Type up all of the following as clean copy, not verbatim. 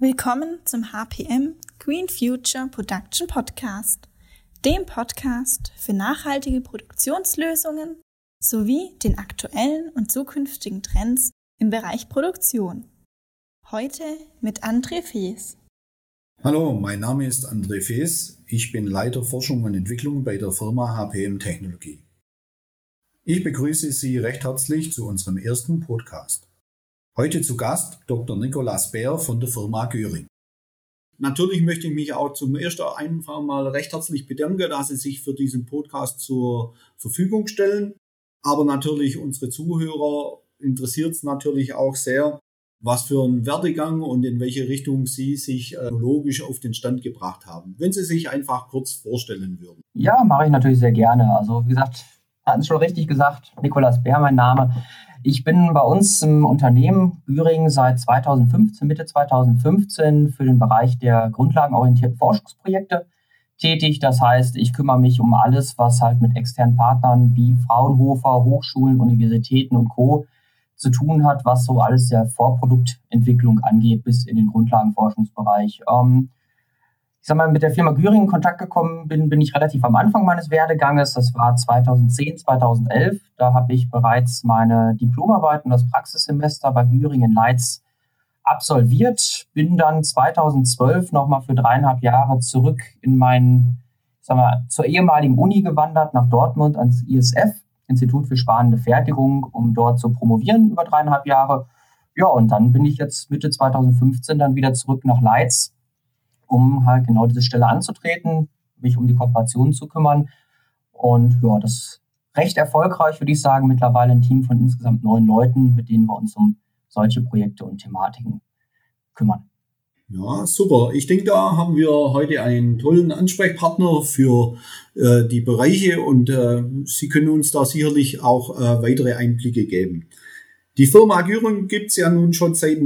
Willkommen zum HPM Green Future Production Podcast, dem Podcast für nachhaltige Produktionslösungen sowie den aktuellen und zukünftigen Trends im Bereich Produktion. Heute mit André Fees. Hallo, mein Name ist André Fees. Ich bin Leiter Forschung und Entwicklung bei der Firma HPM Technologie. Ich begrüße Sie recht herzlich zu unserem ersten Podcast. Heute zu Gast Dr. Nikolaus Bär von der Firma Göring. Natürlich möchte ich mich auch zum ersten einfach mal recht herzlich bedanken, dass Sie sich für diesen Podcast zur Verfügung stellen. Aber natürlich unsere Zuhörer interessiert es natürlich auch sehr, was für einen Werdegang und in welche Richtung Sie sich logisch auf den Stand gebracht haben. Wenn Sie sich einfach kurz vorstellen würden. Ja, mache ich natürlich sehr gerne. Also wie gesagt, hatten es schon richtig gesagt, Nikolaus Bär mein Name. Ich bin bei uns im Unternehmen Göring seit 2015, Mitte 2015 für den Bereich der grundlagenorientierten Forschungsprojekte tätig. Das heißt, ich kümmere mich um alles, was halt mit externen Partnern wie Fraunhofer, Hochschulen, Universitäten und Co. zu tun hat, was so alles der Vorproduktentwicklung angeht, bis in den Grundlagenforschungsbereich. Ich sag mal, mit der Firma Göring in Kontakt gekommen bin ich relativ am Anfang meines Werdeganges. Das war 2010, 2011. Da habe ich bereits meine Diplomarbeit und das Praxissemester bei Göring in Leitz absolviert. Bin dann 2012 nochmal für 3,5 Jahre zurück in zur ehemaligen Uni gewandert, nach Dortmund ans ISF, Institut für Spannende Fertigung, um dort zu promovieren über 3,5 Jahre. Ja, und dann bin ich jetzt Mitte 2015 dann wieder zurück nach Leitz, um halt genau diese Stelle anzutreten, mich um die Kooperation zu kümmern. Und ja, das ist recht erfolgreich, würde ich sagen. Mittlerweile ein Team von insgesamt 9 Leuten, mit denen wir uns um solche Projekte und Thematiken kümmern. Ja, super. Ich denke, da haben wir heute einen tollen Ansprechpartner für die Bereiche und Sie können uns da sicherlich auch weitere Einblicke geben. Die Firma Göring gibt es ja nun schon seit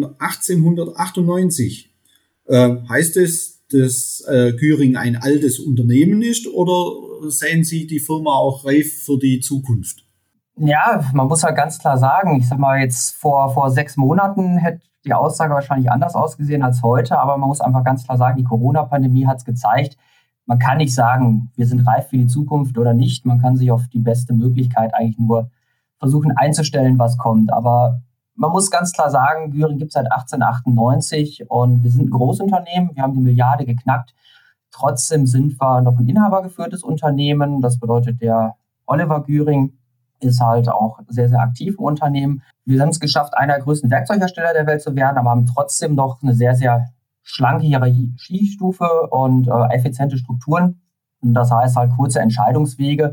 1898. Heißt es, dass Göring ein altes Unternehmen ist oder sehen Sie die Firma auch reif für die Zukunft? Ja, man muss halt ganz klar sagen, ich sag mal jetzt vor 6 Monaten hätte die Aussage wahrscheinlich anders ausgesehen als heute, aber man muss einfach ganz klar sagen, die Corona-Pandemie hat es gezeigt. Man kann nicht sagen, wir sind reif für die Zukunft oder nicht. Man kann sich auf die beste Möglichkeit eigentlich nur versuchen einzustellen, was kommt. Aber man muss ganz klar sagen, Göring gibt es seit 1898 und wir sind ein Großunternehmen. Wir haben die Milliarde geknackt. Trotzdem sind wir noch ein inhabergeführtes Unternehmen. Das bedeutet, der Oliver Göring ist halt auch sehr, sehr aktiv im Unternehmen. Wir haben es geschafft, einer der größten Werkzeughersteller der Welt zu werden, aber haben trotzdem noch eine sehr, sehr schlanke Hierarchiestufe und effiziente Strukturen. Und das heißt halt kurze Entscheidungswege.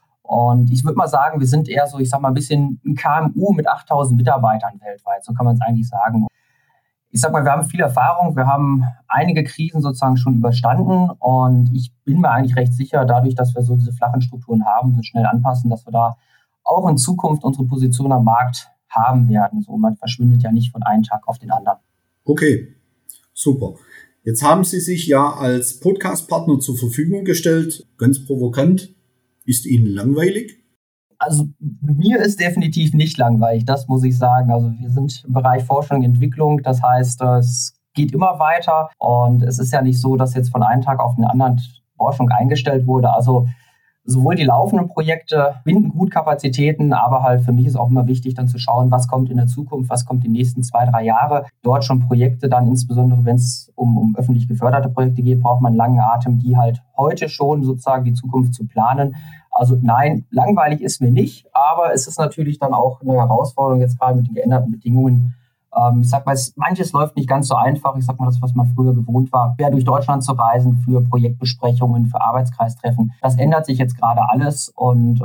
Und ich würde mal sagen, wir sind eher so, ich sag mal, ein bisschen ein KMU mit 8.000 Mitarbeitern weltweit. So kann man es eigentlich sagen. Ich sag mal, wir haben viel Erfahrung. Wir haben einige Krisen sozusagen schon überstanden. Und ich bin mir eigentlich recht sicher, dadurch, dass wir so diese flachen Strukturen haben, so schnell anpassen, dass wir da auch in Zukunft unsere Position am Markt haben werden. So, man verschwindet ja nicht von einem Tag auf den anderen. Okay, super. Jetzt haben Sie sich ja als Podcast-Partner zur Verfügung gestellt. Ganz provokant. Ist Ihnen langweilig? Also mir ist definitiv nicht langweilig, das muss ich sagen. Also wir sind im Bereich Forschung und Entwicklung, das heißt, es geht immer weiter und es ist ja nicht so, dass jetzt von einem Tag auf den anderen Forschung eingestellt wurde. Also sowohl die laufenden Projekte binden gut Kapazitäten, aber halt für mich ist auch immer wichtig, dann zu schauen, was kommt in der Zukunft, was kommt die nächsten 2-3 Jahre. Dort schon Projekte dann, insbesondere wenn es um öffentlich geförderte Projekte geht, braucht man einen langen Atem, die halt heute schon sozusagen die Zukunft zu planen. Also nein, langweilig ist mir nicht, aber es ist natürlich dann auch eine Herausforderung, jetzt gerade mit den geänderten Bedingungen. Ich sag mal, manches läuft nicht ganz so einfach. Ich sag mal, das, was man früher gewohnt war, quer durch Deutschland zu reisen für Projektbesprechungen, für Arbeitskreistreffen. Das ändert sich jetzt gerade alles und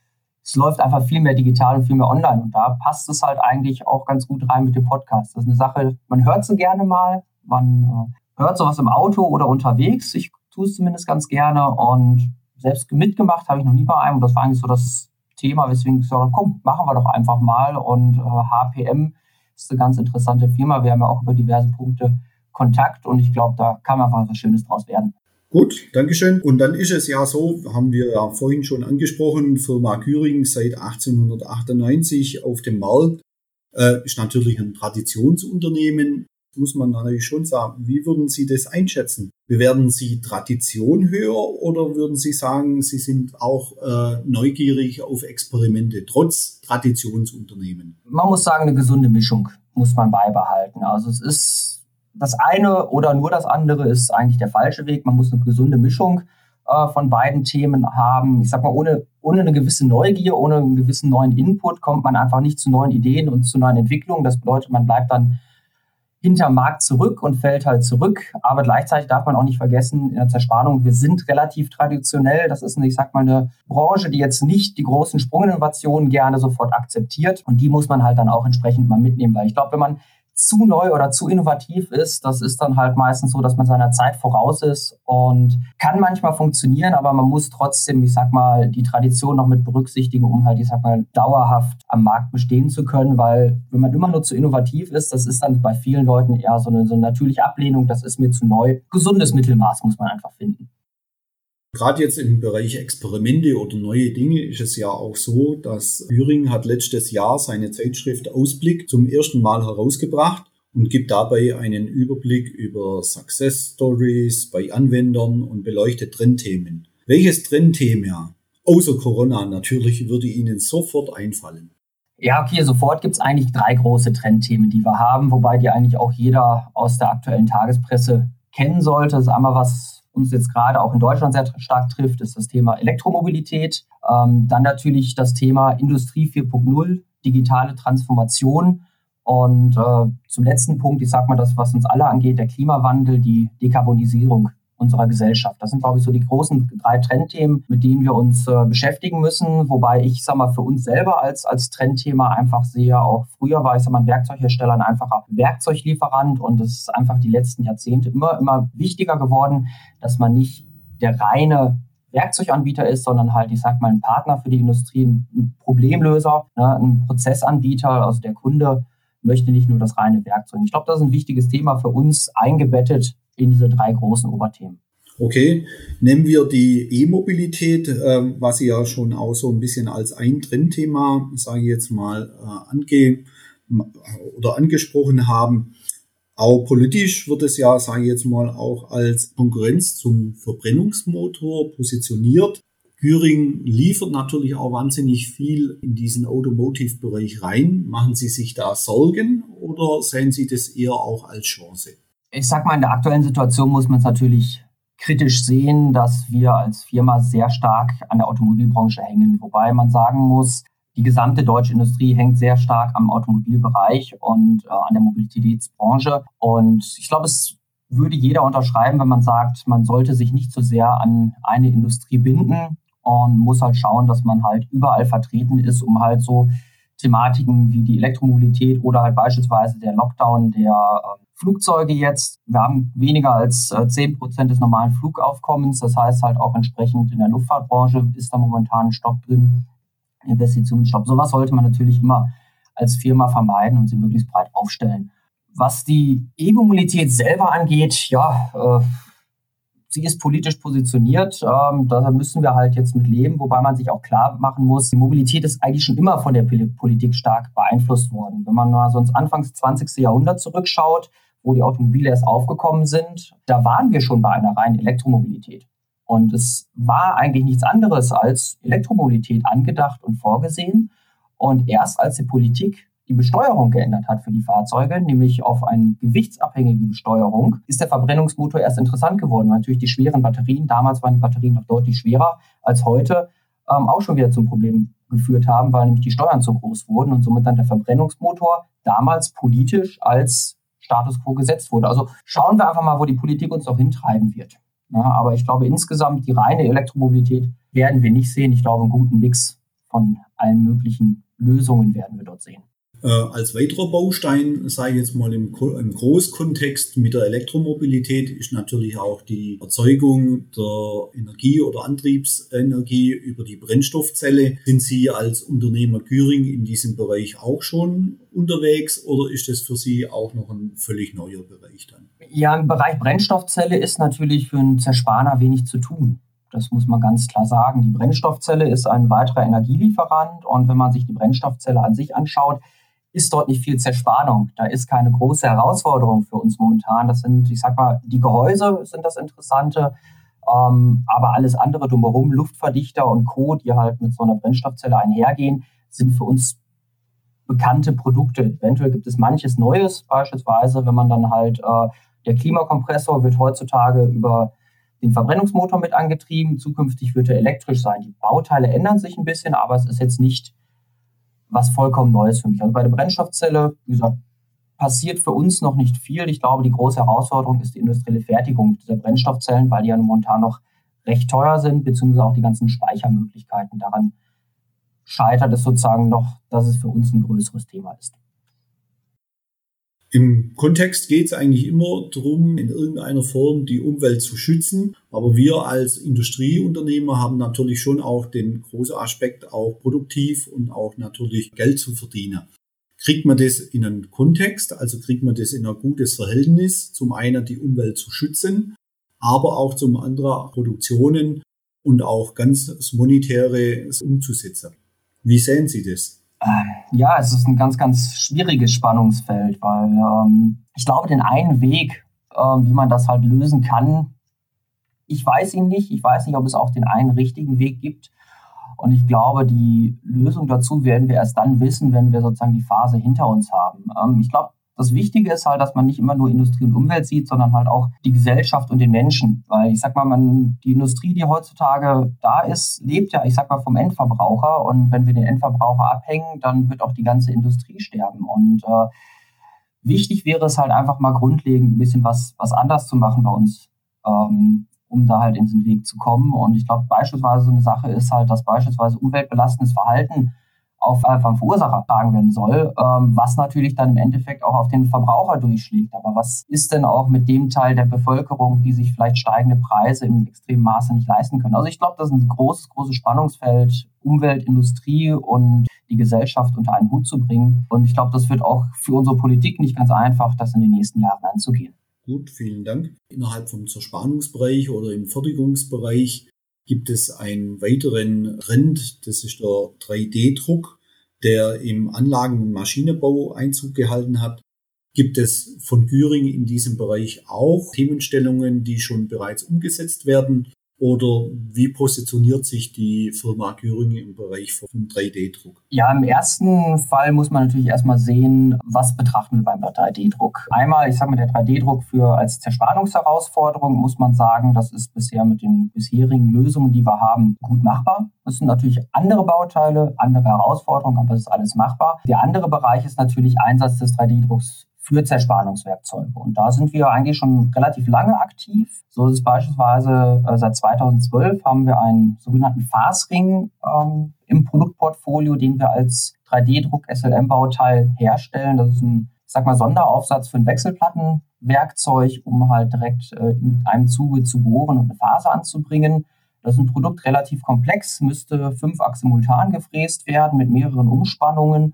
es läuft einfach viel mehr digital und viel mehr online. Und da passt es halt eigentlich auch ganz gut rein mit dem Podcast. Das ist eine Sache, man hört sie gerne mal, man hört sowas im Auto oder unterwegs. Ich tue es zumindest ganz gerne und selbst mitgemacht habe ich noch nie bei einem. Und das war eigentlich so das Thema, weswegen ich gesagt habe, komm, machen wir doch einfach mal. Und HPM ist eine ganz interessante Firma. Wir haben ja auch über diverse Punkte Kontakt und ich glaube, da kann einfach was Schönes draus werden. Gut, Dankeschön. Und dann ist es ja so, haben wir ja vorhin schon angesprochen, Firma Göring seit 1898 auf dem Markt, ist natürlich ein Traditionsunternehmen. muss man natürlich schon sagen, wie würden Sie das einschätzen? Bewerten Sie Tradition höher oder würden Sie sagen, Sie sind auch neugierig auf Experimente, trotz Traditionsunternehmen? Man muss sagen, eine gesunde Mischung muss man beibehalten. Also es ist das eine oder nur das andere ist eigentlich der falsche Weg. Man muss eine gesunde Mischung von beiden Themen haben. Ich sag mal, ohne eine gewisse Neugier, ohne einen gewissen neuen Input kommt man einfach nicht zu neuen Ideen und zu neuen Entwicklungen. Das bedeutet, man bleibt dann hinterm Markt zurück und fällt halt zurück. Aber gleichzeitig darf man auch nicht vergessen, in der Zerspannung, wir sind relativ traditionell. Das ist, ich sag mal, eine Branche, die jetzt nicht die großen Sprunginnovationen gerne sofort akzeptiert. Und die muss man halt dann auch entsprechend mal mitnehmen. Weil ich glaube, wenn man zu neu oder zu innovativ ist, das ist dann halt meistens so, dass man seiner Zeit voraus ist und kann manchmal funktionieren, aber man muss trotzdem, ich sag mal, die Tradition noch mit berücksichtigen, um halt, ich sag mal, dauerhaft am Markt bestehen zu können, weil wenn man immer nur zu innovativ ist, das ist dann bei vielen Leuten eher so eine natürliche Ablehnung, das ist mir zu neu. Gesundes Mittelmaß muss man einfach finden. Gerade jetzt im Bereich Experimente oder neue Dinge ist es ja auch so, dass Bühring hat letztes Jahr seine Zeitschrift Ausblick zum ersten Mal herausgebracht und gibt dabei einen Überblick über Success Stories bei Anwendern und beleuchtet Trendthemen. Welches Trendthema, außer Corona natürlich, würde Ihnen sofort einfallen? Ja, okay, sofort gibt es eigentlich 3 große Trendthemen, die wir haben, wobei die eigentlich auch jeder aus der aktuellen Tagespresse kennen sollte. Das ist einmal, was uns jetzt gerade auch in Deutschland sehr stark trifft, ist das Thema Elektromobilität. Dann natürlich das Thema Industrie 4.0, digitale Transformation. Und zum letzten Punkt, ich sag mal, das, was uns alle angeht, der Klimawandel, die Dekarbonisierung unserer Gesellschaft. Das sind, glaube ich, so die großen 3 Trendthemen, mit denen wir uns beschäftigen müssen. Wobei ich, sag mal, für uns selber als Trendthema einfach sehe, auch früher war ich, sag mal, ein Werkzeughersteller, ein einfacher Werkzeuglieferant. Und es ist einfach die letzten Jahrzehnte immer wichtiger geworden, dass man nicht der reine Werkzeuganbieter ist, sondern halt, ich sag mal, ein Partner für die Industrie, ein Problemlöser, ne, ein Prozessanbieter. Also der Kunde möchte nicht nur das reine Werkzeug. Ich glaube, das ist ein wichtiges Thema für uns, eingebettet in diese 3 großen Oberthemen. Okay, nehmen wir die E-Mobilität, was Sie ja schon auch so ein bisschen als ein Trendthema, sage ich jetzt mal, angesprochen haben. Auch politisch wird es ja, sage ich jetzt mal, auch als Konkurrenz zum Verbrennungsmotor positioniert. Bühring liefert natürlich auch wahnsinnig viel in diesen Automotive-Bereich rein. Machen Sie sich da Sorgen oder sehen Sie das eher auch als Chance? Ich sag mal, in der aktuellen Situation muss man es natürlich kritisch sehen, dass wir als Firma sehr stark an der Automobilbranche hängen. Wobei man sagen muss, die gesamte deutsche Industrie hängt sehr stark am Automobilbereich und an der Mobilitätsbranche. Und ich glaube, es würde jeder unterschreiben, wenn man sagt, man sollte sich nicht so sehr an eine Industrie binden und muss halt schauen, dass man halt überall vertreten ist, um halt so Thematiken wie die Elektromobilität oder halt beispielsweise der Lockdown der Flugzeuge jetzt. Wir haben weniger als 10% des normalen Flugaufkommens. Das heißt halt auch entsprechend in der Luftfahrtbranche ist da momentan ein Stopp drin, Investitionsstopp. Sowas sollte man natürlich immer als Firma vermeiden und sie möglichst breit aufstellen. Was die E-Mobilität selber angeht, ja, sie ist politisch positioniert, da müssen wir halt jetzt mit leben, wobei man sich auch klar machen muss, die Mobilität ist eigentlich schon immer von der Politik stark beeinflusst worden. Wenn man mal so ins Anfangs 20. Jahrhundert zurückschaut, wo die Automobile erst aufgekommen sind, da waren wir schon bei einer reinen Elektromobilität. Und es war eigentlich nichts anderes als Elektromobilität angedacht und vorgesehen. Und erst als die Politik die Besteuerung geändert hat für die Fahrzeuge, nämlich auf eine gewichtsabhängige Besteuerung, ist der Verbrennungsmotor erst interessant geworden. Weil natürlich die schweren Batterien, damals waren die Batterien noch deutlich schwerer als heute, auch schon wieder zum Problem geführt haben, weil nämlich die Steuern zu groß wurden und somit dann der Verbrennungsmotor damals politisch als Status quo gesetzt wurde. Also schauen wir einfach mal, wo die Politik uns noch hintreiben wird. Ja, aber ich glaube, insgesamt die reine Elektromobilität werden wir nicht sehen. Ich glaube, einen guten Mix von allen möglichen Lösungen werden wir dort sehen. Als weiterer Baustein, sage ich jetzt mal im Großkontext mit der Elektromobilität, ist natürlich auch die Erzeugung der Energie oder Antriebsenergie über die Brennstoffzelle. Sind Sie als Unternehmer Bühring in diesem Bereich auch schon unterwegs oder ist das für Sie auch noch ein völlig neuer Bereich dann? Ja, im Bereich Brennstoffzelle ist natürlich für einen Zerspaner wenig zu tun. Das muss man ganz klar sagen. Die Brennstoffzelle ist ein weiterer Energielieferant und wenn man sich die Brennstoffzelle an sich anschaut, ist dort nicht viel Zerspannung. Da ist keine große Herausforderung für uns momentan. Das sind, ich sag mal, die Gehäuse sind das Interessante, aber alles andere drumherum, Luftverdichter und Co., die halt mit so einer Brennstoffzelle einhergehen, sind für uns bekannte Produkte. Eventuell gibt es manches Neues, beispielsweise, wenn man dann halt, der Klimakompressor wird heutzutage über den Verbrennungsmotor mit angetrieben, zukünftig wird er elektrisch sein. Die Bauteile ändern sich ein bisschen, aber es ist jetzt nicht was vollkommen Neues für mich. Also bei der Brennstoffzelle, wie gesagt, passiert für uns noch nicht viel. Ich glaube, die große Herausforderung ist die industrielle Fertigung dieser Brennstoffzellen, weil die ja momentan noch recht teuer sind, beziehungsweise auch die ganzen Speichermöglichkeiten. Daran scheitert es sozusagen noch, dass es für uns ein größeres Thema ist. Im Kontext geht es eigentlich immer darum, in irgendeiner Form die Umwelt zu schützen. Aber wir als Industrieunternehmer haben natürlich schon auch den großen Aspekt, auch produktiv und auch natürlich Geld zu verdienen. Kriegt man das in einen Kontext, also kriegt man das in ein gutes Verhältnis, zum einen die Umwelt zu schützen, aber auch zum anderen Produktionen und auch ganz das Monetäre umzusetzen. Wie sehen Sie das? Ja, es ist ein ganz, ganz schwieriges Spannungsfeld, weil ich glaube, den einen Weg, wie man das halt lösen kann, ich weiß ihn nicht. Ich weiß nicht, ob es auch den einen richtigen Weg gibt. Und ich glaube, die Lösung dazu werden wir erst dann wissen, wenn wir sozusagen die Phase hinter uns haben. Ich glaube, das Wichtige ist halt, dass man nicht immer nur Industrie und Umwelt sieht, sondern halt auch die Gesellschaft und den Menschen. Weil ich sag mal, die Industrie, die heutzutage da ist, lebt ja, ich sag mal, vom Endverbraucher. Und wenn wir den Endverbraucher abhängen, dann wird auch die ganze Industrie sterben. Und wichtig wäre es halt einfach mal grundlegend ein bisschen was anders zu machen bei uns, um da halt in den Weg zu kommen. Und ich glaube, beispielsweise so eine Sache ist halt, dass beispielsweise umweltbelastendes Verhalten auf vom Verursacher tragen werden soll, was natürlich dann im Endeffekt auch auf den Verbraucher durchschlägt. Aber was ist denn auch mit dem Teil der Bevölkerung, die sich vielleicht steigende Preise im extremen Maße nicht leisten können? Also ich glaube, das ist ein großes Spannungsfeld, Umwelt, Industrie und die Gesellschaft unter einen Hut zu bringen. Und ich glaube, das wird auch für unsere Politik nicht ganz einfach, das in den nächsten Jahren anzugehen. Gut, vielen Dank. Innerhalb vom Zerspannungsbereich oder im Fertigungsbereich gibt es einen weiteren Trend, das ist der 3D-Druck, der im Anlagen- und Maschinenbau Einzug gehalten hat. Gibt es von Güring in diesem Bereich auch Themenstellungen, die schon bereits umgesetzt werden? Oder wie positioniert sich die Firma Güring im Bereich vom 3D-Druck? Ja, im ersten Fall muss man natürlich erstmal sehen, was betrachten wir beim 3D-Druck. Einmal, ich sage mal, der 3D-Druck als Zerspannungsherausforderung muss man sagen, das ist bisher mit den bisherigen Lösungen, die wir haben, gut machbar. Das sind natürlich andere Bauteile, andere Herausforderungen, aber es ist alles machbar. Der andere Bereich ist natürlich Einsatz des 3D-Drucks für Zerspannungswerkzeuge. Und da sind wir eigentlich schon relativ lange aktiv. So ist es beispielsweise seit 2012 haben wir einen sogenannten Fasring im Produktportfolio, den wir als 3D-Druck SLM-Bauteil herstellen. Das ist ein, ich sag mal, Sonderaufsatz für ein Wechselplattenwerkzeug, um halt direkt mit einem Zuge zu bohren und eine Phase anzubringen. Das ist ein Produkt relativ komplex, müsste 5-achs simultan gefräst werden mit mehreren Umspannungen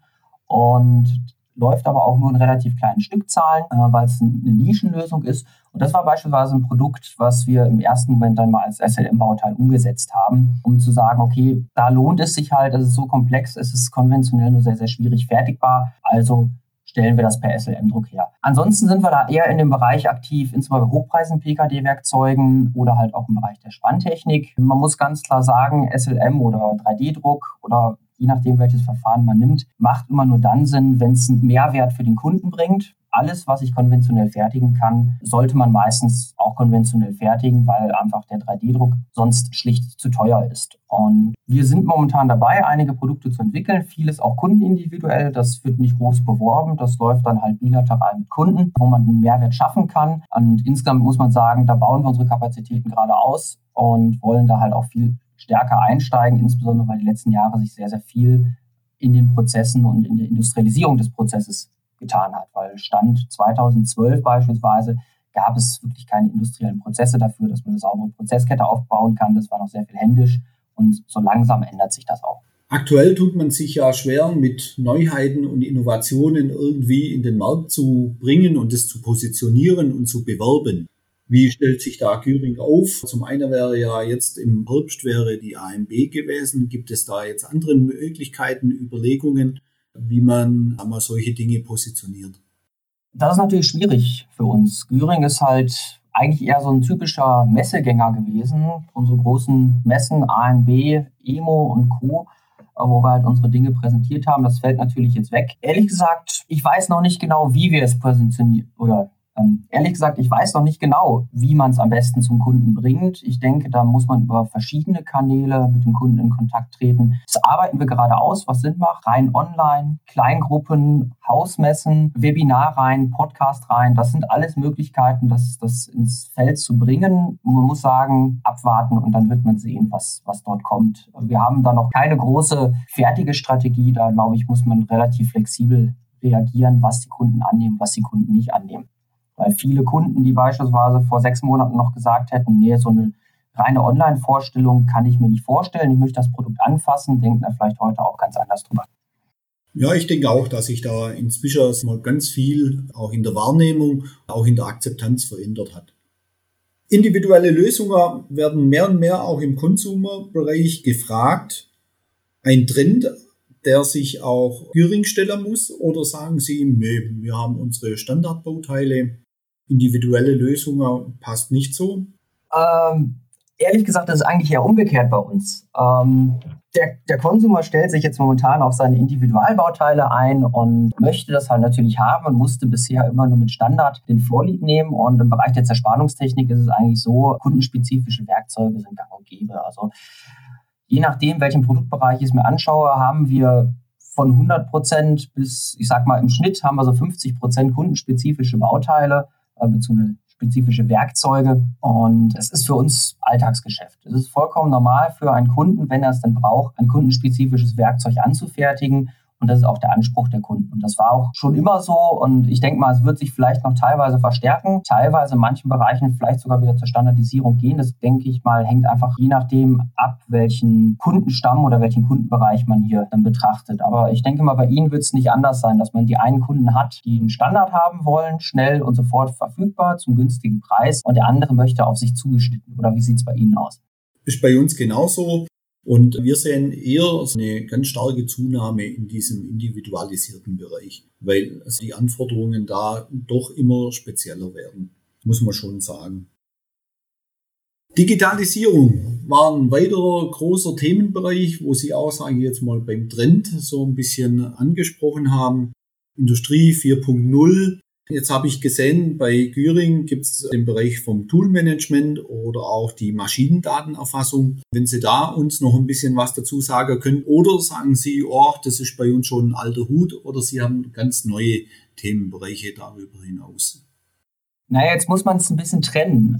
und läuft aber auch nur in relativ kleinen Stückzahlen, weil es eine Nischenlösung ist. Und das war beispielsweise ein Produkt, was wir im ersten Moment dann mal als SLM-Bauteil umgesetzt haben, um zu sagen, okay, da lohnt es sich halt, es ist so komplex, es ist konventionell nur sehr, sehr schwierig fertigbar, also stellen wir das per SLM-Druck her. Ansonsten sind wir da eher in dem Bereich aktiv, insbesondere Hochpreisen PKD-Werkzeugen oder halt auch im Bereich der Spanntechnik. Man muss ganz klar sagen, SLM oder 3D-Druck oder je nachdem, welches Verfahren man nimmt, macht immer nur dann Sinn, wenn es einen Mehrwert für den Kunden bringt. Alles, was ich konventionell fertigen kann, sollte man meistens auch konventionell fertigen, weil einfach der 3D-Druck sonst schlicht zu teuer ist. Und wir sind momentan dabei, einige Produkte zu entwickeln, vieles auch kundenindividuell. Das wird nicht groß beworben, das läuft dann halt bilateral mit Kunden, wo man einen Mehrwert schaffen kann. Und insgesamt muss man sagen, da bauen wir unsere Kapazitäten gerade aus und wollen da halt auch viel stärker einsteigen, insbesondere weil die letzten Jahre sich sehr, sehr viel in den Prozessen und in der Industrialisierung des Prozesses getan hat. Weil Stand 2012 beispielsweise gab es wirklich keine industriellen Prozesse dafür, dass man eine saubere Prozesskette aufbauen kann. Das war noch sehr viel händisch und so langsam ändert sich das auch. Aktuell tut man sich ja schwer, mit Neuheiten und Innovationen irgendwie in den Markt zu bringen und es zu positionieren und zu bewerben. Wie stellt sich da Güring auf? Zum einen wäre ja jetzt im Herbst wäre die AMB gewesen. Gibt es da jetzt andere Möglichkeiten, Überlegungen, wie man einmal solche Dinge positioniert? Das ist natürlich schwierig für uns. Gühring ist halt eigentlich eher so ein typischer Messegänger gewesen. Unsere großen Messen, AMB, EMO und Co., wo wir halt unsere Dinge präsentiert haben, das fällt natürlich jetzt weg. Ehrlich gesagt, ich weiß noch nicht genau, wie wir es präsentieren ich weiß noch nicht genau, wie man es am besten zum Kunden bringt. Ich denke, da muss man über verschiedene Kanäle mit dem Kunden in Kontakt treten. Das arbeiten wir gerade aus, was Sinn macht. Rein online, Kleingruppen, Hausmessen, Webinarreihen, Podcastreihen. Das sind alles Möglichkeiten, das ins Feld zu bringen. Und man muss sagen, abwarten und dann wird man sehen, was dort kommt. Wir haben da noch keine große fertige Strategie. Da, glaube ich, muss man relativ flexibel reagieren, was die Kunden annehmen, was die Kunden nicht annehmen. Weil viele Kunden, die beispielsweise vor 6 Monaten noch gesagt hätten, nee, so eine reine Online-Vorstellung kann ich mir nicht vorstellen, ich möchte das Produkt anfassen, denken da vielleicht heute auch ganz anders drüber. Ja, ich denke auch, dass sich da inzwischen mal ganz viel auch in der Wahrnehmung, auch in der Akzeptanz verändert hat. Individuelle Lösungen werden mehr und mehr auch im Consumer-Bereich gefragt. Ein Trend, der sich auch Gühring stellen muss? Oder sagen Sie, nee, wir haben unsere Standardbauteile, individuelle Lösungen passt nicht so? Ehrlich gesagt, das ist eigentlich eher umgekehrt bei uns. Der Consumer stellt sich jetzt momentan auf seine Individualbauteile ein und möchte das halt natürlich haben und musste bisher immer nur mit Standard den Vorlieb nehmen. Und im Bereich der Zerspannungstechnik ist es eigentlich so, kundenspezifische Werkzeuge sind gang und gäbe. Also je nachdem, welchen Produktbereich ich es mir anschaue, haben wir von 100% bis, ich sag mal, im Schnitt haben wir so 50% kundenspezifische Bauteile bzw. spezifische Werkzeuge. Und es ist für uns Alltagsgeschäft. Es ist vollkommen normal für einen Kunden, wenn er es denn braucht, ein kundenspezifisches Werkzeug anzufertigen. Und das ist auch der Anspruch der Kunden. Und das war auch schon immer so. Und ich denke mal, es wird sich vielleicht noch teilweise verstärken, teilweise in manchen Bereichen vielleicht sogar wieder zur Standardisierung gehen. Das, denke ich mal, hängt einfach je nachdem ab, welchen Kundenstamm oder welchen Kundenbereich man hier dann betrachtet. Aber ich denke mal, bei Ihnen wird es nicht anders sein, dass man die einen Kunden hat, die einen Standard haben wollen, schnell und sofort verfügbar zum günstigen Preis. Und der andere möchte auf sich zugeschnitten. Oder wie sieht es bei Ihnen aus? Ist bei uns genauso. Und wir sehen eher eine ganz starke Zunahme in diesem individualisierten Bereich, weil die Anforderungen da doch immer spezieller werden, muss man schon sagen. Digitalisierung war ein weiterer großer Themenbereich, wo Sie auch, sage ich jetzt mal, beim Trend so ein bisschen angesprochen haben. Industrie 4.0. Jetzt habe ich gesehen, bei Gühring gibt es den Bereich vom Toolmanagement oder auch die Maschinendatenerfassung. Wenn Sie da uns noch ein bisschen was dazu sagen können, oder sagen Sie, oh, das ist bei uns schon ein alter Hut, oder Sie haben ganz neue Themenbereiche darüber hinaus. Naja, jetzt muss man es ein bisschen trennen.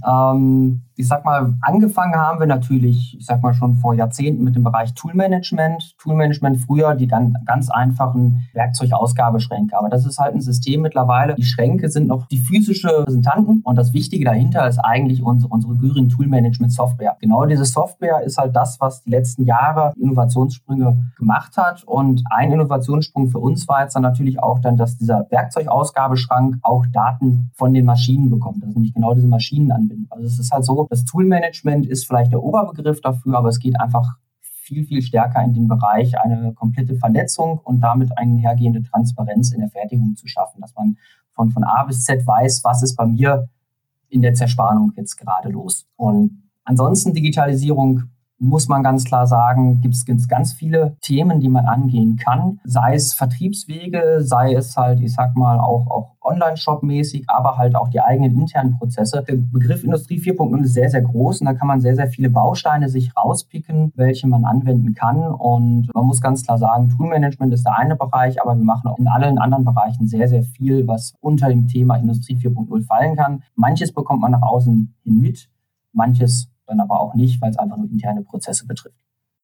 Ich sag mal, angefangen haben wir natürlich, schon vor Jahrzehnten mit dem Bereich Toolmanagement. Toolmanagement früher die ganz einfachen Werkzeugausgabeschränke. Aber das ist halt ein System mittlerweile. Die Schränke sind noch die physische Repräsentanten und das Wichtige dahinter ist eigentlich unsere Gühring Toolmanagement Software. Genau diese Software ist halt das, was die letzten Jahre Innovationssprünge gemacht hat. Und ein Innovationssprung für uns war jetzt dann natürlich auch dann, dass dieser Werkzeugausgabeschrank auch Daten von den Maschinen bekommt. Das ist nämlich genau diese Maschinenanbindung. Also es ist halt so, das Toolmanagement ist vielleicht der Oberbegriff dafür, aber es geht einfach viel, viel stärker in den Bereich, eine komplette Vernetzung und damit einhergehende Transparenz in der Fertigung zu schaffen, dass man von A bis Z weiß, was ist bei mir in der Zerspannung jetzt gerade los. Und ansonsten Digitalisierung, muss man ganz klar sagen, gibt es ganz viele Themen, die man angehen kann. Sei es Vertriebswege, sei es halt, auch Online-Shop-mäßig, aber halt auch die eigenen internen Prozesse. Der Begriff Industrie 4.0 ist sehr, sehr groß und da kann man sehr, sehr viele Bausteine sich rauspicken, welche man anwenden kann. Und man muss ganz klar sagen, Toolmanagement ist der eine Bereich, aber wir machen auch in allen anderen Bereichen sehr, sehr viel, was unter dem Thema Industrie 4.0 fallen kann. Manches bekommt man nach außen hin mit, manches dann aber auch nicht, weil es einfach nur interne Prozesse betrifft.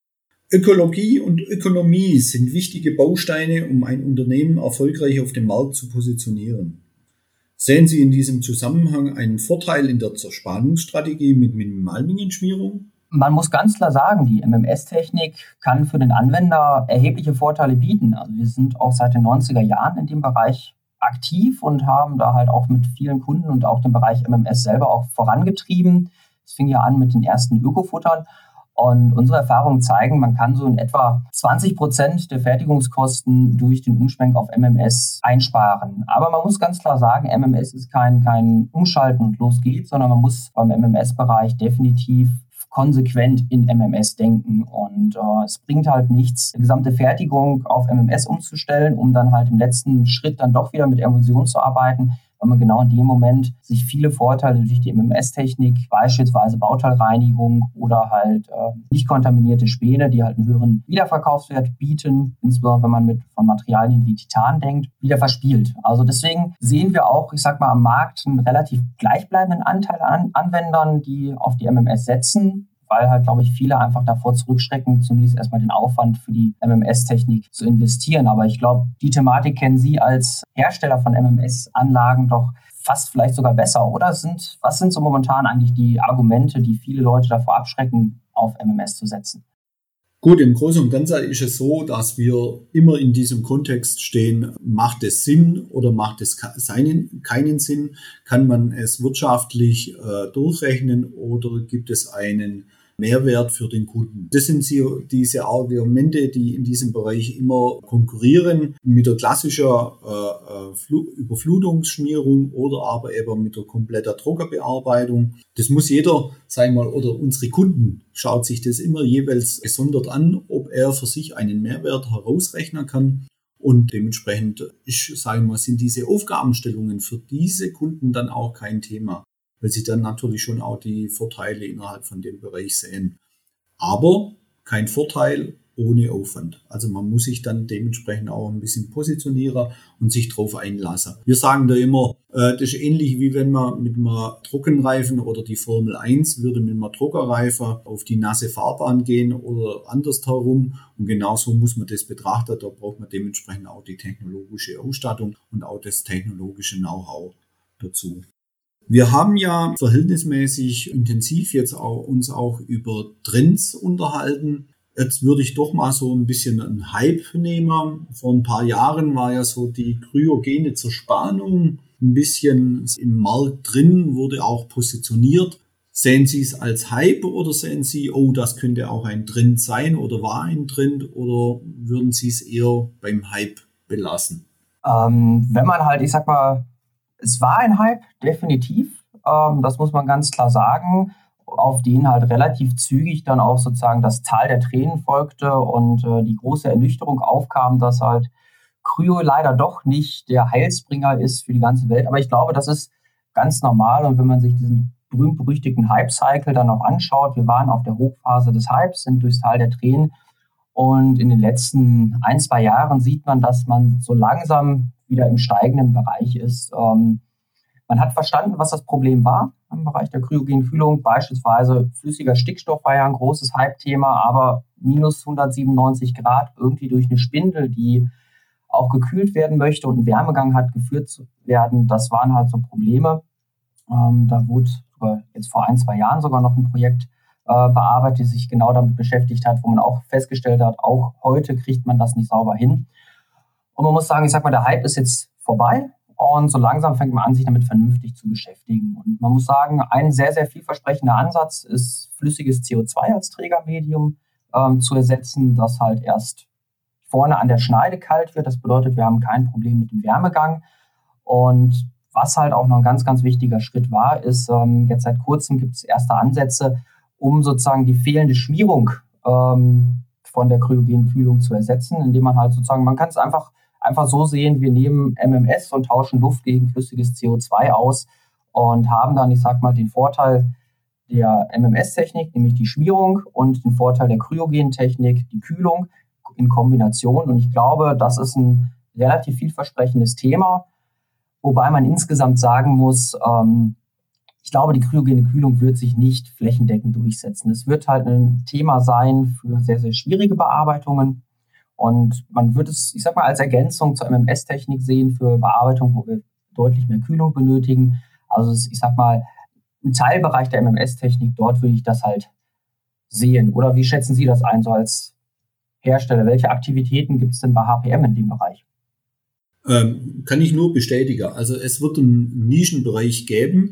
Ökologie und Ökonomie sind wichtige Bausteine, um ein Unternehmen erfolgreich auf dem Markt zu positionieren. Sehen Sie in diesem Zusammenhang einen Vorteil in der Zerspannungsstrategie mit Minimalmengenschmierung? Man muss ganz klar sagen, die MMS-Technik kann für den Anwender erhebliche Vorteile bieten. Also wir sind auch seit den 90er Jahren in dem Bereich aktiv und haben da halt auch mit vielen Kunden und auch den Bereich MMS selber auch vorangetrieben. Es fing ja an mit den ersten Ökofuttern Und unsere Erfahrungen zeigen, man kann so in etwa 20% der Fertigungskosten durch den Umschwenk auf MMS einsparen. Aber man muss ganz klar sagen, MMS ist kein Umschalten und los geht's, sondern man muss beim MMS-Bereich definitiv konsequent in MMS denken. Und es bringt halt nichts, die gesamte Fertigung auf MMS umzustellen, um dann halt im letzten Schritt dann doch wieder mit Emulsion zu arbeiten, weil man genau in dem Moment sich viele Vorteile durch die MMS-Technik, beispielsweise Bauteilreinigung oder halt nicht kontaminierte Späne, die halt einen höheren Wiederverkaufswert bieten, insbesondere wenn man von Materialien wie Titan denkt, wieder verspielt. Also deswegen sehen wir auch, ich sag mal, am Markt einen relativ gleichbleibenden Anteil an Anwendern, die auf die MMS setzen, weil halt, glaube ich, viele einfach davor zurückschrecken, zunächst erstmal den Aufwand für die MMS-Technik zu investieren. Aber ich glaube, die Thematik kennen Sie als Hersteller von MMS-Anlagen doch fast vielleicht sogar besser, oder? Was sind so momentan eigentlich die Argumente, die viele Leute davor abschrecken, auf MMS zu setzen? Gut, im Großen und Ganzen ist es so, dass wir immer in diesem Kontext stehen, macht es Sinn oder macht es keinen Sinn? Kann man es wirtschaftlich durchrechnen oder gibt es einen Mehrwert für den Kunden? Das sind diese Argumente, die in diesem Bereich immer konkurrieren mit der klassischen Überflutungsschmierung oder aber eben mit der kompletten Trockenbearbeitung. Das muss jeder, sagen wir mal, oder unsere Kunden schaut sich das immer jeweils gesondert an, ob er für sich einen Mehrwert herausrechnen kann. Und dementsprechend sind diese Aufgabenstellungen für diese Kunden dann auch kein Thema, weil sie dann natürlich schon auch die Vorteile innerhalb von dem Bereich sehen. Aber kein Vorteil ohne Aufwand. Also man muss sich dann dementsprechend auch ein bisschen positionieren und sich drauf einlassen. Wir sagen da immer, das ist ähnlich wie wenn man mit einem Trockenreifen oder die Formel 1 würde mit einem Trockenreifen auf die nasse Fahrbahn gehen oder andersherum. Und genauso muss man das betrachten. Da braucht man dementsprechend auch die technologische Ausstattung und auch das technologische Know-how dazu. Wir haben ja verhältnismäßig intensiv jetzt uns auch über Trends unterhalten. Jetzt würde ich doch mal so ein bisschen einen Hype nehmen. Vor ein paar Jahren war ja so die kryogene Zerspannung ein bisschen im Markt drin, wurde auch positioniert. Sehen Sie es als Hype oder sehen Sie, oh, das könnte auch ein Trend sein oder war ein Trend, oder würden Sie es eher beim Hype belassen? Wenn man halt, ich sag mal, es war ein Hype, definitiv. Das muss man ganz klar sagen, auf den halt relativ zügig dann auch sozusagen das Tal der Tränen folgte und die große Ernüchterung aufkam, dass halt Kryo leider doch nicht der Heilsbringer ist für die ganze Welt. Aber ich glaube, das ist ganz normal. Und wenn man sich diesen berühmt-berüchtigten Hype-Cycle dann auch anschaut, wir waren auf der Hochphase des Hypes, sind durchs Tal der Tränen. Und in den letzten 1-2 Jahren sieht man, dass man so langsam wieder im steigenden Bereich ist. Man hat verstanden, was das Problem war im Bereich der kryogenen Kühlung. Beispielsweise flüssiger Stickstoff war ja ein großes Hype-Thema, aber minus 197 Grad irgendwie durch eine Spindel, die auch gekühlt werden möchte und ein Wärmegang hat, geführt zu werden, das waren halt so Probleme. Da wurde jetzt vor 1-2 Jahren sogar noch ein Projekt bearbeitet, das sich genau damit beschäftigt hat, wo man auch festgestellt hat, auch heute kriegt man das nicht sauber hin. Und man muss sagen, ich sag mal, der Hype ist jetzt vorbei. Und so langsam fängt man an, sich damit vernünftig zu beschäftigen. Und man muss sagen, ein sehr, sehr vielversprechender Ansatz ist, flüssiges CO2 als Trägermedium zu ersetzen, das halt erst vorne an der Schneide kalt wird. Das bedeutet, wir haben kein Problem mit dem Wärmegang. Und was halt auch noch ein ganz, ganz wichtiger Schritt war, ist, jetzt seit kurzem gibt es erste Ansätze, um sozusagen die fehlende Schmierung von der kryogenen Kühlung zu ersetzen, indem man halt sozusagen, man kann es einfach so sehen, wir nehmen MMS und tauschen Luft gegen flüssiges CO2 aus und haben dann, ich sag mal, den Vorteil der MMS-Technik, nämlich die Schmierung, und den Vorteil der kryogenen Technik, die Kühlung in Kombination. Und ich glaube, das ist ein relativ vielversprechendes Thema, wobei man insgesamt sagen muss, ich glaube, die kryogene Kühlung wird sich nicht flächendeckend durchsetzen. Es wird halt ein Thema sein für sehr, sehr schwierige Bearbeitungen. Und man wird es, ich sag mal, als Ergänzung zur MMS-Technik sehen für Bearbeitung, wo wir deutlich mehr Kühlung benötigen. Also ich sag mal, ein Teilbereich der MMS-Technik, dort würde ich das halt sehen. Oder wie schätzen Sie das ein, so als Hersteller? Welche Aktivitäten gibt es denn bei HPM in dem Bereich? Kann ich nur bestätigen. Also es wird einen Nischenbereich geben,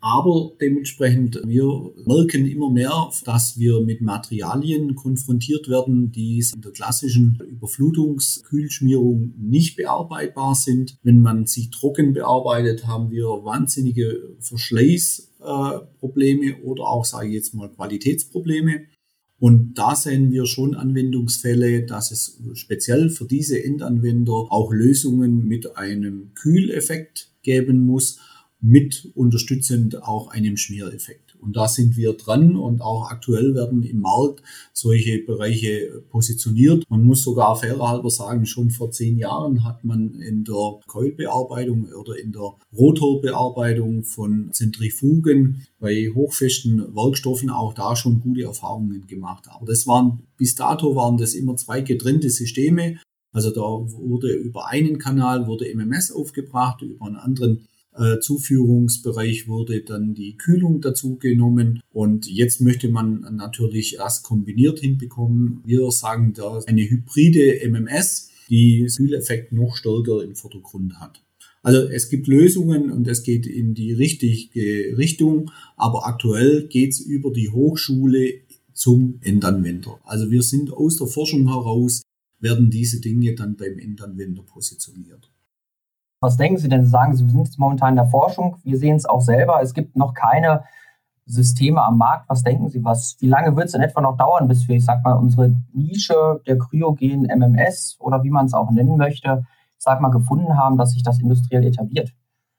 Aber dementsprechend, wir merken immer mehr, dass wir mit Materialien konfrontiert werden, die in der klassischen Überflutungskühlschmierung nicht bearbeitbar sind. Wenn man sie trocken bearbeitet, haben wir wahnsinnige Verschleißprobleme oder auch, sage ich jetzt mal, Qualitätsprobleme. Und da sehen wir schon Anwendungsfälle, dass es speziell für diese Endanwender auch Lösungen mit einem Kühleffekt geben muss, mit unterstützend auch einem Schmiereffekt. Und da sind wir dran und auch aktuell werden im Markt solche Bereiche positioniert. Man muss sogar fairerhalber sagen, schon vor 10 Jahren hat man in der Coilbearbeitung oder in der Rotorbearbeitung von Zentrifugen bei hochfesten Werkstoffen auch da schon gute Erfahrungen gemacht. Aber bis dato waren das immer 2 getrennte Systeme. Also da wurde über einen Kanal MMS aufgebracht, über einen anderen Zuführungsbereich wurde dann die Kühlung dazu genommen und jetzt möchte man natürlich das kombiniert hinbekommen. Wir sagen da eine hybride MMS, die den Kühleffekt noch stärker im Vordergrund hat. Also es gibt Lösungen und es geht in die richtige Richtung, aber aktuell geht es über die Hochschule zum Endanwender. Also wir sind aus der Forschung heraus, werden diese Dinge dann beim Endanwender positioniert. Was denken Sie denn? Sie sagen, Sie sind jetzt momentan in der Forschung. Wir sehen es auch selber. Es gibt noch keine Systeme am Markt. Was denken Sie? Wie lange wird es in etwa noch dauern, bis wir, ich sag mal, unsere Nische der kryogenen MMS oder wie man es auch nennen möchte, gefunden haben, dass sich das industriell etabliert?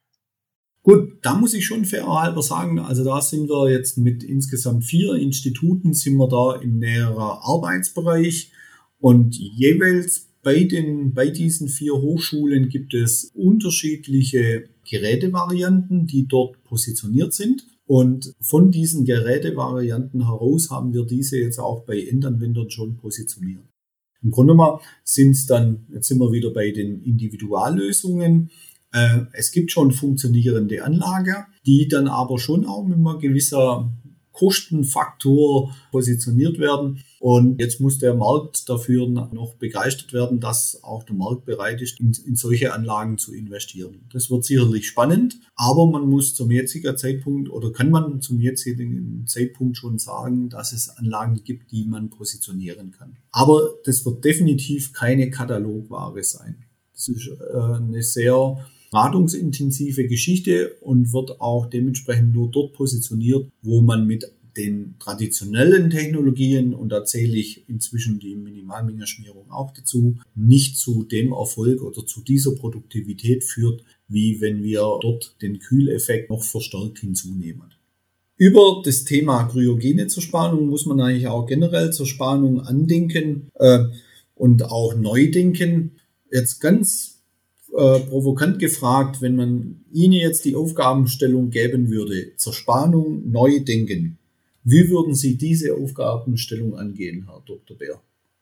Gut, da muss ich schon fairerhalber sagen, also da sind wir jetzt mit insgesamt 4 Instituten, sind wir da im näheren Arbeitsbereich und jeweils bei diesen 4 Hochschulen gibt es unterschiedliche Gerätevarianten, die dort positioniert sind. Und von diesen Gerätevarianten heraus haben wir diese jetzt auch bei Endanwendern schon positioniert. Im Grunde genommen jetzt sind wir wieder bei den Individuallösungen. Es gibt schon funktionierende Anlagen, die dann aber schon auch mit einem gewissen Kostenfaktor positioniert werden. Und jetzt muss der Markt dafür noch begeistert werden, dass auch der Markt bereit ist, in solche Anlagen zu investieren. Das wird sicherlich spannend, aber man muss zum jetzigen Zeitpunkt oder kann man zum jetzigen Zeitpunkt schon sagen, dass es Anlagen gibt, die man positionieren kann. Aber das wird definitiv keine Katalogware sein. Das ist eine sehr beratungsintensive Geschichte und wird auch dementsprechend nur dort positioniert, wo man mit den traditionellen Technologien, und da zähle ich inzwischen die Minimalmengenschmierung auch dazu, nicht zu dem Erfolg oder zu dieser Produktivität führt, wie wenn wir dort den Kühleffekt noch verstärkt hinzunehmen. Über das Thema kryogene Zerspannung muss man eigentlich auch generell Zerspannung andenken und auch neu denken. Jetzt ganz provokant gefragt, wenn man Ihnen jetzt die Aufgabenstellung geben würde, Zerspannung neu denken, wie würden Sie diese Aufgabenstellung angehen, Herr Dr. Beer?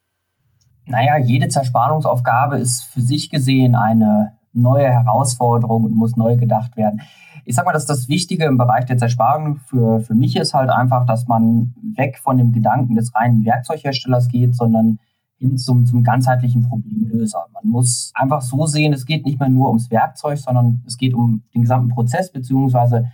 Naja, jede Zerspannungsaufgabe ist für sich gesehen eine neue Herausforderung und muss neu gedacht werden. Ich sag mal, dass das Wichtige im Bereich der Zerspannung für mich ist halt einfach, dass man weg von dem Gedanken des reinen Werkzeugherstellers geht, sondern hin zum ganzheitlichen Problemlöser. Man muss einfach so sehen, es geht nicht mehr nur ums Werkzeug, sondern es geht um den gesamten Prozess, beziehungsweise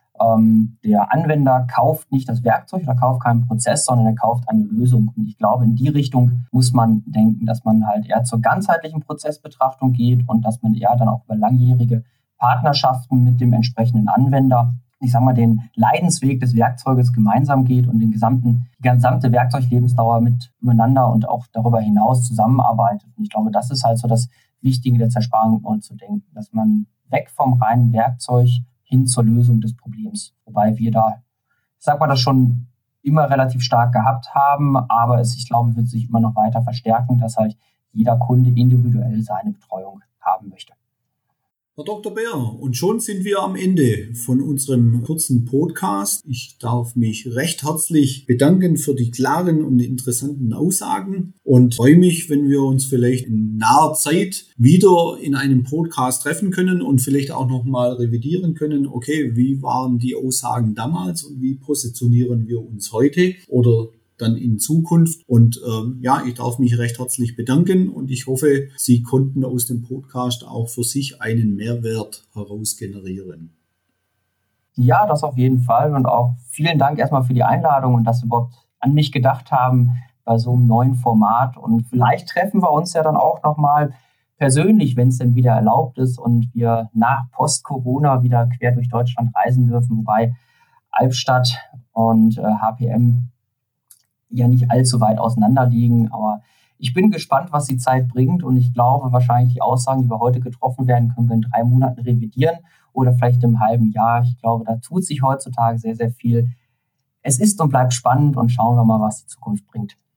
der Anwender kauft nicht das Werkzeug oder kauft keinen Prozess, sondern er kauft eine Lösung. Und ich glaube, in die Richtung muss man denken, dass man halt eher zur ganzheitlichen Prozessbetrachtung geht und dass man eher dann auch über langjährige Partnerschaften mit dem entsprechenden Anwender, ich sag mal, den Leidensweg des Werkzeuges gemeinsam geht und die gesamte Werkzeuglebensdauer miteinander und auch darüber hinaus zusammenarbeitet. Und ich glaube, das ist halt so das Wichtige der Zerspannung neu zu denken, dass man weg vom reinen Werkzeug hin zur Lösung des Problems. Wobei wir da, ich sag mal, das schon immer relativ stark gehabt haben, aber ich glaube, wird sich immer noch weiter verstärken, dass halt jeder Kunde individuell seine Betreuung haben möchte. Herr Dr. Beer, und schon sind wir am Ende von unserem kurzen Podcast. Ich darf mich recht herzlich bedanken für die klaren und interessanten Aussagen und freue mich, wenn wir uns vielleicht in naher Zeit wieder in einem Podcast treffen können und vielleicht auch nochmal revidieren können, okay, wie waren die Aussagen damals und wie positionieren wir uns heute oder dann in Zukunft. Und ich darf mich recht herzlich bedanken und ich hoffe, Sie konnten aus dem Podcast auch für sich einen Mehrwert heraus generieren. Ja, das auf jeden Fall. Und auch vielen Dank erstmal für die Einladung und dass Sie überhaupt an mich gedacht haben bei so einem neuen Format. Und vielleicht treffen wir uns ja dann auch nochmal persönlich, wenn es denn wieder erlaubt ist und wir nach Post-Corona wieder quer durch Deutschland reisen dürfen, wobei Albstadt und HPM ja nicht allzu weit auseinander liegen. Aber ich bin gespannt, was die Zeit bringt und ich glaube, wahrscheinlich die Aussagen, die wir heute getroffen werden, können wir in 3 Monaten revidieren oder vielleicht im halben Jahr. Ich glaube, da tut sich heutzutage sehr, sehr viel. Es ist und bleibt spannend und schauen wir mal, was die Zukunft bringt.